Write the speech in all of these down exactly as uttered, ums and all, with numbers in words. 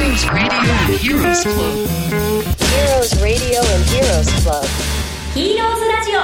Heroes Radio and Heroes Club Heroes Radio and Heroes Club ヒーローズラジ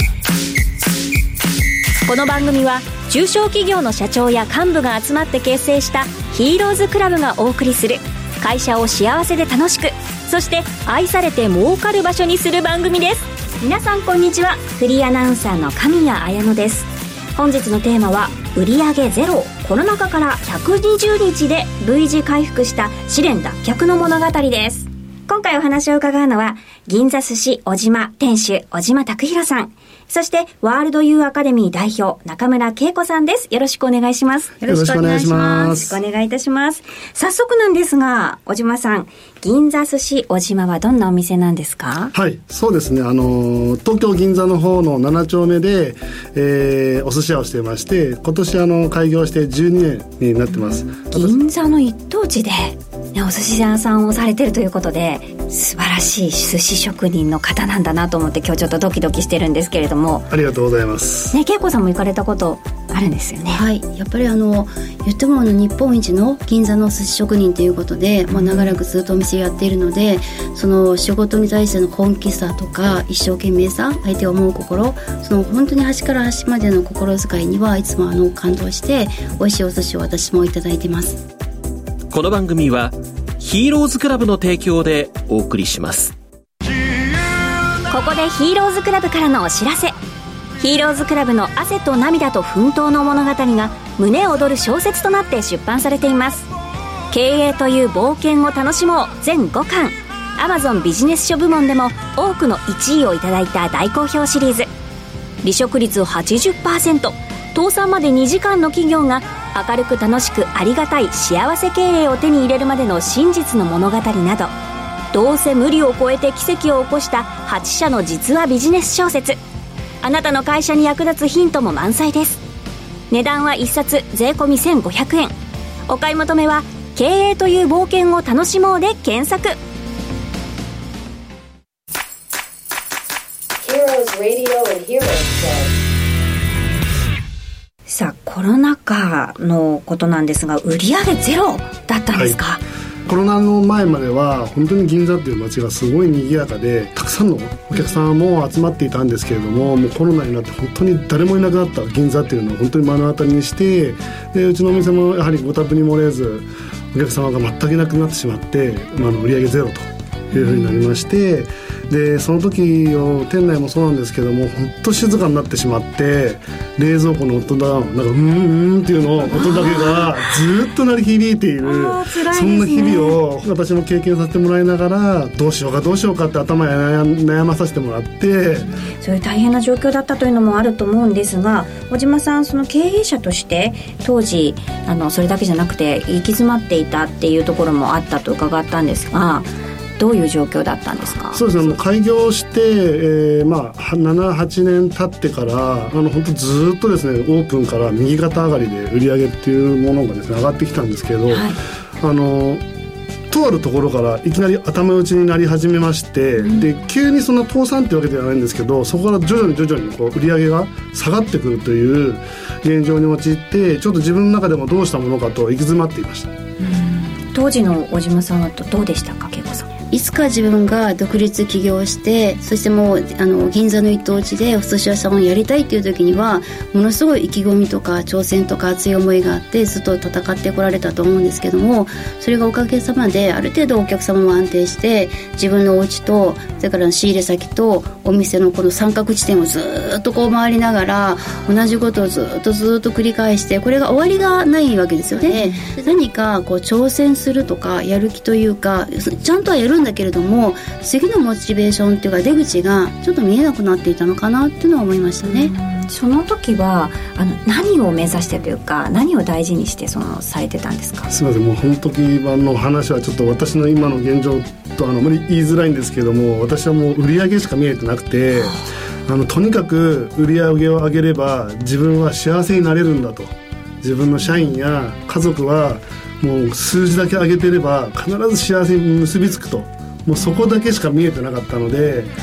オ。この番組は中小企業の社長や幹部が集まって結成したヒーローズクラブがお送りする会社を幸せで楽しく、そして愛されて儲かる場所にする番組です。皆さんこんにちは。フリーアナウンサーの神谷彩乃です。本日のテーマは売上ゼロ、コロナ禍からひゃくにじゅうにちで V 字回復した試練脱却の物語です。今回お話を伺うのは銀座寿司小島店主小島拓弘さん、そしてワールドユーアカデミー代表中村恵子さんです。よろしくお願いします。 よろしくお願いします。 よろしくお願いいたします。早速なんですが小島さん、銀座寿司小島はどんなお店なんですか？ はい、そうですね、あの東京銀座の方のななちょうめで、えー、お寿司屋をしていまして、今年あの開業してじゅうにねんになってます。 銀座の一等地で、ね、お寿司屋さんをされてるということで素晴らしい寿司職人の方なんだなと思って今日ちょっとドキドキしてるんですけれども。 ありがとうございます、 ね、恵子さんも行かれたことあるんですよね。 はい、やっぱりあの言ってもあの日本一の銀座の寿司職人ということで、まあ、長らくずっとお店やっているので、その仕事に対しての本気さとか一生懸命さ、相手を思う心、その本当に端から端までの心遣いにはいつもあの感動して美味しいお寿司を私もいただいてます。 この番組はヒーローズクラブの提供でお送りします。 ここでヒーローズクラブからのお知らせ。ヒーローズクラブの汗と涙と奮闘の物語が胸躍る小説となって出版されています。経営という冒険を楽しもう全ごかん、 Amazon ビジネス書部門でも多くのいちいをいただいた大好評シリーズ。離職率 はちじゅっパーセント、 倒産までにじかんの企業が明るく楽しくありがたい幸せ経営を手に入れるまでの真実の物語など、どうせ無理を超えて奇跡を起こしたはちしゃの実話ビジネス小説。あなたの会社に役立つヒントも満載です。値段はいっさつ税込みせんごひゃくえん。お買い求めは経営という冒険を楽しもうで検索。 Heroes Radio and Heroes Club。 さあコロナ禍のことなんですが、売上ゼロだったんですか？ はい、コロナの前までは本当に銀座っていう街がすごい賑やかで、たくさんのお客さんも集まっていたんですけれども、もうコロナになって本当に誰もいなくなった銀座っていうのを本当に目の当たりにして、でうちのお店もやはりご多分に漏れずお客様が全くいなくなってしまって、まあ、あの売上ゼロというふうになりまして、でその時の店内もそうなんですけども、本当静かになってしまって、冷蔵庫の音だなんかうんうんっていうの音だけがずっと鳴り響いている、 ね、 そんな日々を私も経験させてもらいながら、どうしようかどうしようかって頭や悩まさせてもらって、 そういう大変な状況だったというのもあると思うんですが、小島さん、その経営者として当時あのそれだけじゃなくて行き詰まっていたっていうところもあったと伺ったんですが、どういう状況だったんですか？ そうですね、もう開業して、えーまあ、ななはちねん経ってからあの本当ずっとですね、オープンから右肩上がりで売り上げっていうものがですね上がってきたんですけど、はい、あのとあるところからいきなり頭打ちになり始めまして、うん、で急にそんな倒産ってわけではないんですけど、そこから徐々に徐々にこう売り上げが下がってくるという現状に陥って、ちょっと自分の中でもどうしたものかと行き詰まっていました。うん、 当時の小島さんはどうでしたか？恵子さん、 いつか自分が独立起業して、そしてもうあの銀座の一等地でお寿司屋さんをやりたいっていう時には、ものすごい意気込みとか挑戦とか熱い思いがあってずっと戦ってこられたと思うんですけども、それがおかげさまである程度お客様も安定して、自分のお家とそれから仕入れ先とお店のこの三角地点をずっとこう回りながら同じことをずっとずっと繰り返して、これが終わりがないわけですよね。何かこう挑戦するとかやる気というか、ちゃんとはやるんだけれども、次のモチベーションっていうか出口がちょっと見えなくなっていたのかなっていうのは思いましたね。 その時はあの何を目指してというか、何を大事にしてそのされてたんですか？ すみません、もう本当版の話はちょっと私の今の現状とあの無理言いづらいんですけども、私はもう売り上げしか見えてなくて、あのとにかく売り上げを上げれば自分は幸せになれるんだと、自分の社員や家族はもう数字だけ上げてれば必ず幸せに結びつくと、もうそこだけしか見えてなかったので、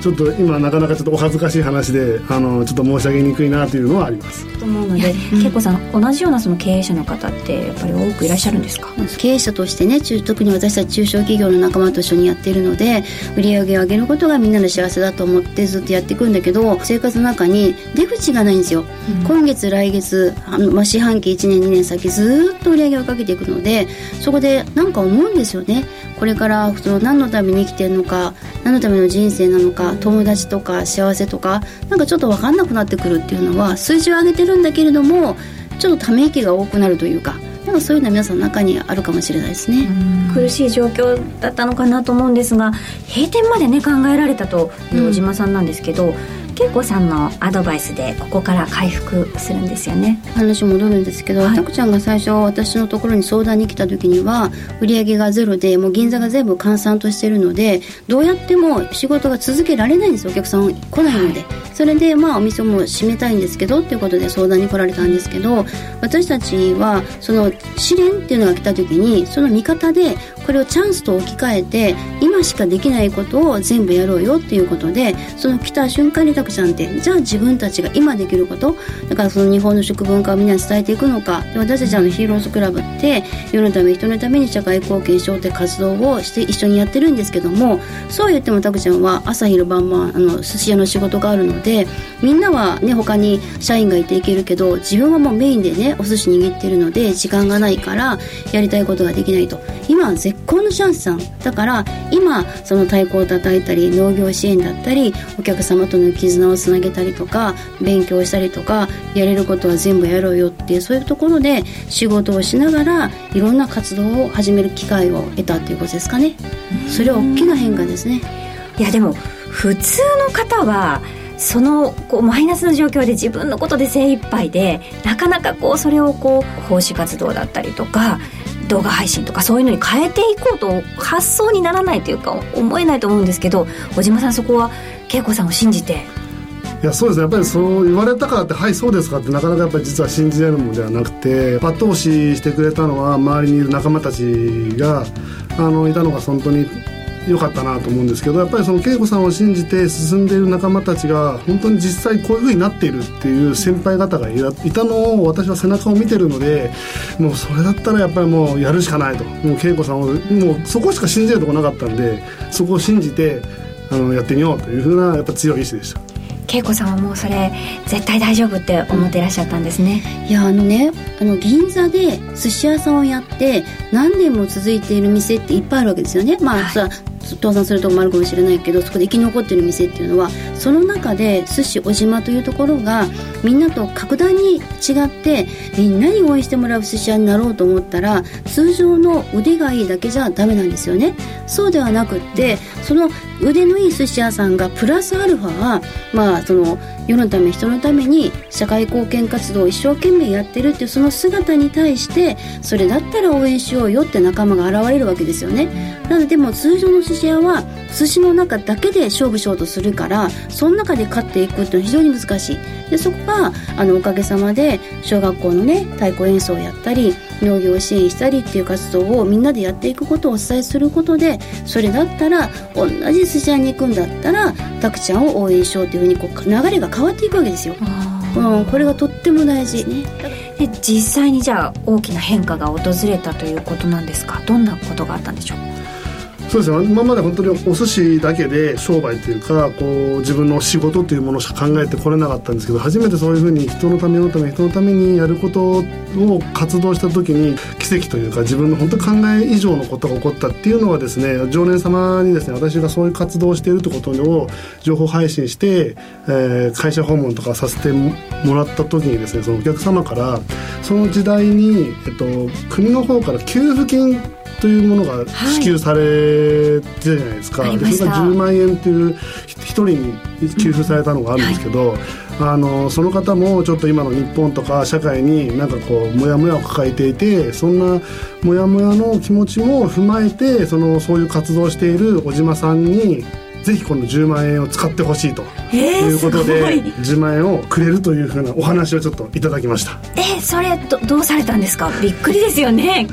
ちょっと今なかなかちょっとお恥ずかしい話であのちょっと申し上げにくいなというのはありますと思うので、恵子さん同じようなその経営者の方ってやっぱり多くいらっしゃるんですか？ 経営者としてね、特に私たち中小企業の仲間と一緒にやっているので、売り上げを上げることがみんなの幸せだと思ってずっとやっていくんだけど、生活の中に出口がないんですよ、うん、今月来月あの、まあ、四半期いちねんにねん先ずっと売り上げをかけていくので、そこでなんか思うんですよね。これからその何のために生きてるのか、何のための人生なのか、友達とか幸せとかなんかちょっと分かんなくなってくるっていうのは、数字を上げてるんだけれどもちょっとため息が多くなるというか、なんかそういうのは皆さんの中にあるかもしれないですね。 苦しい状況だったのかなと思うんですが、閉店までね考えられたという小島さんなんですけど、恵子さんのアドバイスでここから回復するんですよね。 話戻るんですけど、はい、タクちゃんが最初私のところに相談に来た時には売り上げがゼロでもう銀座が全部閑散としているので、どうやっても仕事が続けられないんですよ、お客さん来ないので、はい、それでまあお店も閉めたいんですけどということで相談に来られたんですけど、私たちはその試練っていうのが来た時にその見方でこれをチャンスと置き換えて今しかできないことを全部やろうよっていうことで、その来た瞬間にタクちゃんってじゃあ自分たちが今できることだからその日本の食文化をみんなに伝えていくのか、私たちのヒーローズクラブって世のため人のために社会貢献しようって活動をして一緒にやってるんですけども、そう言ってもタクちゃんは朝昼晩晩あの寿司屋の仕事があるので、みんなはね他に社員がいていけるけど自分はもうメインでねお寿司握ってるので時間がないからやりたいことができないと。今は絶好のチャンスさんだから今その太鼓を叩いたり農業支援だったりお客様との絆をつなげたりとか勉強したりとかやれることは全部やろうよっていう、そういうところで仕事をしながらいろんな活動を始める機会を得たっていうことですかね。それは大きな変化ですね。 いやでも普通の方はそのこうマイナスの状況で自分のことで精一杯でなかなかこうそれをこう奉仕活動だったりとか動画配信とかそういうのに変えていこうと発想にならないというか思えないと思うんですけど、小島さんそこは恵子さんを信じて。 いやそうですね、やっぱりそう言われたからってはいそうですかってなかなかやっぱり実は信じられるものではなくて、後押ししてくれたのは周りにいる仲間たちがあのいたのが本当に良かったなと思うんですけど、やっぱりその恵子さんを信じて進んでいる仲間たちが本当に実際こういう風になっているっていう先輩方がいたのを私は背中を見てるので、もうそれだったらやっぱりもうやるしかないと、もう恵子さんをもうそこしか信じるとこなかったんで、そこを信じてあのやってみようという風なやっぱ強い意志でした。 恵子さんはもうそれ絶対大丈夫って思っていらっしゃったんですね。 いやあのねあの銀座で寿司屋さんをやって何年も続いている店っていっぱいあるわけですよね。まあ、はい、さ倒産するとこもあるかもしれないけど、そこで生き残っている店っていうのはその中で寿司小島というところがみんなと格段に違ってみんなに応援してもらう寿司屋になろうと思ったら通常の腕がいいだけじゃダメなんですよね。そうではなくってその腕のいい寿司屋さんがプラスアルファはまあその世のため人のために社会貢献活動を一生懸命やってるっていうその姿に対してそれだったら応援しようよって仲間が現れるわけですよね。なのでも通常の寿司屋は寿司の中だけで勝負しようとするからその中で勝っていくっていうのは非常に難しい。でそこがあのおかげさまで小学校のね太鼓演奏をやったり農業を支援したりっていう活動をみんなでやっていくことをお伝えすることで、それだったら同じ寿司屋に行くんだったらタクちゃんを応援しようというふうにこう流れが変わっていくわけですよ。うん、これがとっても大事ね。 で実際にじゃあ大きな変化が訪れたということなんですか？どんなことがあったんでしょう？ そうですね、今まで本当にお寿司だけで商売というかこう自分の仕事というものしか考えてこれなかったんですけど、初めてそういうふうに人のためのため人のためにやることを活動した時に奇跡というか自分の本当に考え以上のことが起こったっていうのはですね、常連様にですね私がそういう活動をしているということを情報配信して、えー、会社訪問とかさせてもらった時にですね、そのお客様からその時代に、えっと、国の方から給付金というものが支給されてたじゃないですか、はい、でそれがじゅうまんえんという一人に給付されたのがあるんですけど、はい、あのその方もちょっと今の日本とか社会になんかこうモヤモヤを抱えていて、そんなモヤモヤの気持ちも踏まえてそのそういう活動をしている小島さんにぜひこのじゅうまんえんを使ってほしいということで、えー、じゅうまんえんをくれるというふうなお話をちょっといただきました。 えー、それ ど, どうされたんですか？びっくりですよね。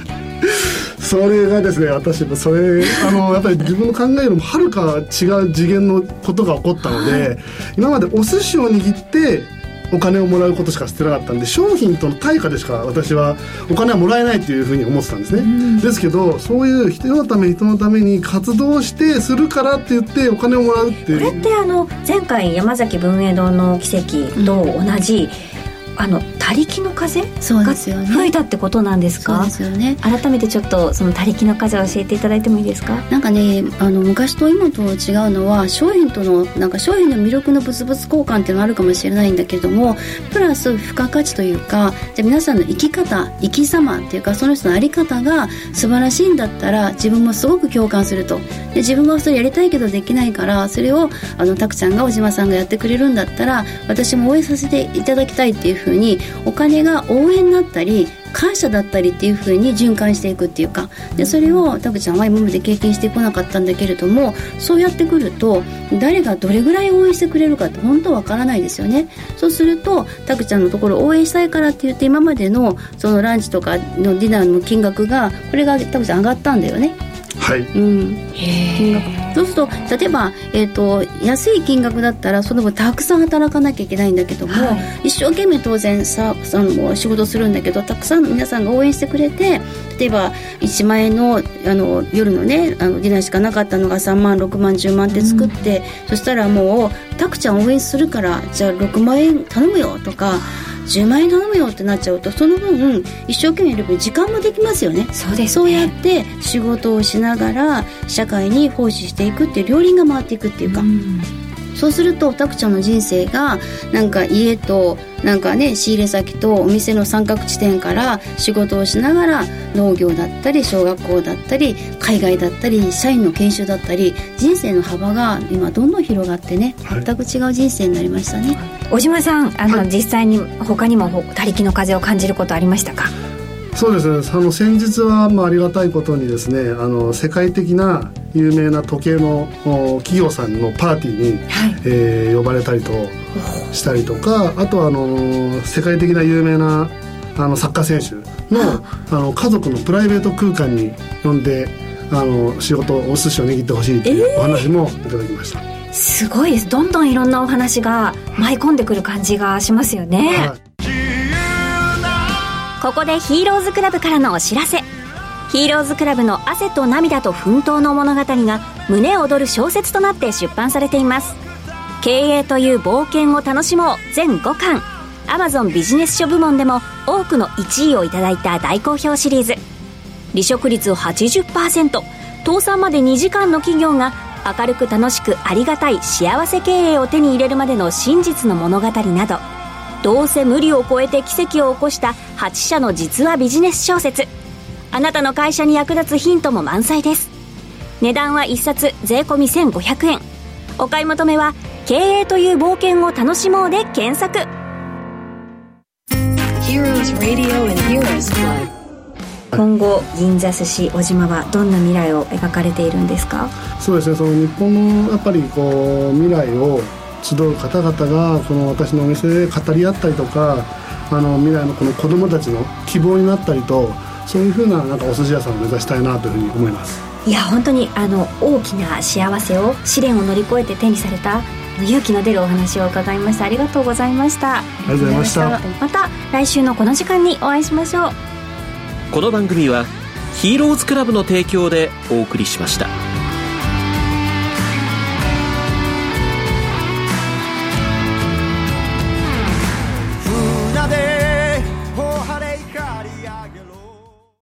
それがですね、私もそれあのやっぱり自分の考えるのもはるか違う次元のことが起こったので、はい、今までお寿司を握ってお金をもらうことしかしてなかったんで、商品との対価でしか私はお金はもらえないというふうに思ってたんですね、うん、ですけどそういう人のため人のために活動してするからって言ってお金をもらうっていう、 これってあの前回山崎文英堂の奇跡と同じ、うん、あの他力の風が吹いたってことなんですか？ そうですよね。 改めてちょっとその他力の風を教えていただいてもいいですか？ なんかね、あの昔と今と違うのは商品とのなんか商品の魅力の物々交換っていうのがあるかもしれないんだけれども、プラス付加価値というか、じゃあ皆さんの生き方生き様っていうかその人の在り方が素晴らしいんだったら自分もすごく共感すると。で自分はそれやりたいけどできないから、それをあのたくちゃんが小島さんがやってくれるんだったら私も応援させていただきたいっていうふうに、お金が応援になったり感謝だったりっていう風に循環していくっていうか、でそれをタクちゃんは今まで経験してこなかったんだけれども、そうやってくると誰がどれぐらい応援してくれるかって本当わからないですよね。そうするとタクちゃんのところを応援したいからって言って今までのそのランチとかのディナーの金額がこれがタクちゃん上がったんだよね。 はい、 うん、金額そうすると例えば、えーと、安い金額だったらその分たくさん働かなきゃいけないんだけども、はい、一生懸命当然さあの仕事するんだけど、たくさん皆さんが応援してくれて、例えばいちまんえん の, あの夜のねあのディナーしかなかったのがさんまんろくまんじゅうまんって作って、うん、そしたらもうタクちゃん応援するからじゃあろくまんえん頼むよとかじゅうまんえん頼むよってなっちゃうと、その分一生懸命やる分時間もできますよね。 そうですね。 そうやって仕事をしながら社会に奉仕していくっていう両輪が回っていくっていうか、うん、そうするとタクちゃんの人生がなんか家となんかね仕入れ先とお店の三角地点から仕事をしながら農業だったり小学校だったり海外だったり社員の研修だったり、人生の幅が今どんどん広がってね、全く違う人生になりましたね。 小島さんあの、はい、実際に他にも他力の風を感じることありましたか？ そうですね、あの先日はまあありがたいことにですね、あの世界的な有名な時計の企業さんのパーティーに、はいえー、呼ばれたりとしたりとか、あとはあの世界的な有名なあのサッカー選手 の, あの家族のプライベート空間に呼んであの仕事お寿司を握ってほしいというお話もいただきました、えー、 すごいです。どんどんいろんなお話が舞い込んでくる感じがしますよね、はい。ここでヒーローズクラブからのお知らせ。ヒーローズクラブの汗と涙と奮闘の物語が胸躍る小説となって出版されています。経営という冒険を楽しもう全ごかん。 Amazon ビジネス書部門でも多くのいちいをいただいた大好評シリーズ。離職率 はちじゅっパーセント、 倒産までにじかんの企業が明るく楽しくありがたい幸せ経営を手に入れるまでの真実の物語など、どうせ無理を超えて奇跡を起こしたはち社の実話ビジネス小説。あなたの会社に役立つヒントも満載です。値段はいっさつ税込みせんごひゃくえん。お買い求めは経営という冒険を楽しもうで検索。 Heroes Radio and Heroes Club。 今後銀座寿司小島はどんな未来を描かれているんですか？ そうですね、その日本のやっぱりこう未来を集う方々がこの私のお店で語り合ったりとか、あの未来のこの子どもたちの希望になったりと、そういう風ななんかお寿司屋さんを目指したいなというふうに思います。 いや本当にあの大きな幸せを試練を乗り越えて手にされた勇気の出るお話を伺いました。ありがとうございました。 ありがとうございました。 また来週のこの時間にお会いしましょう。 この番組はヒーローズクラブの提供でお送りしました。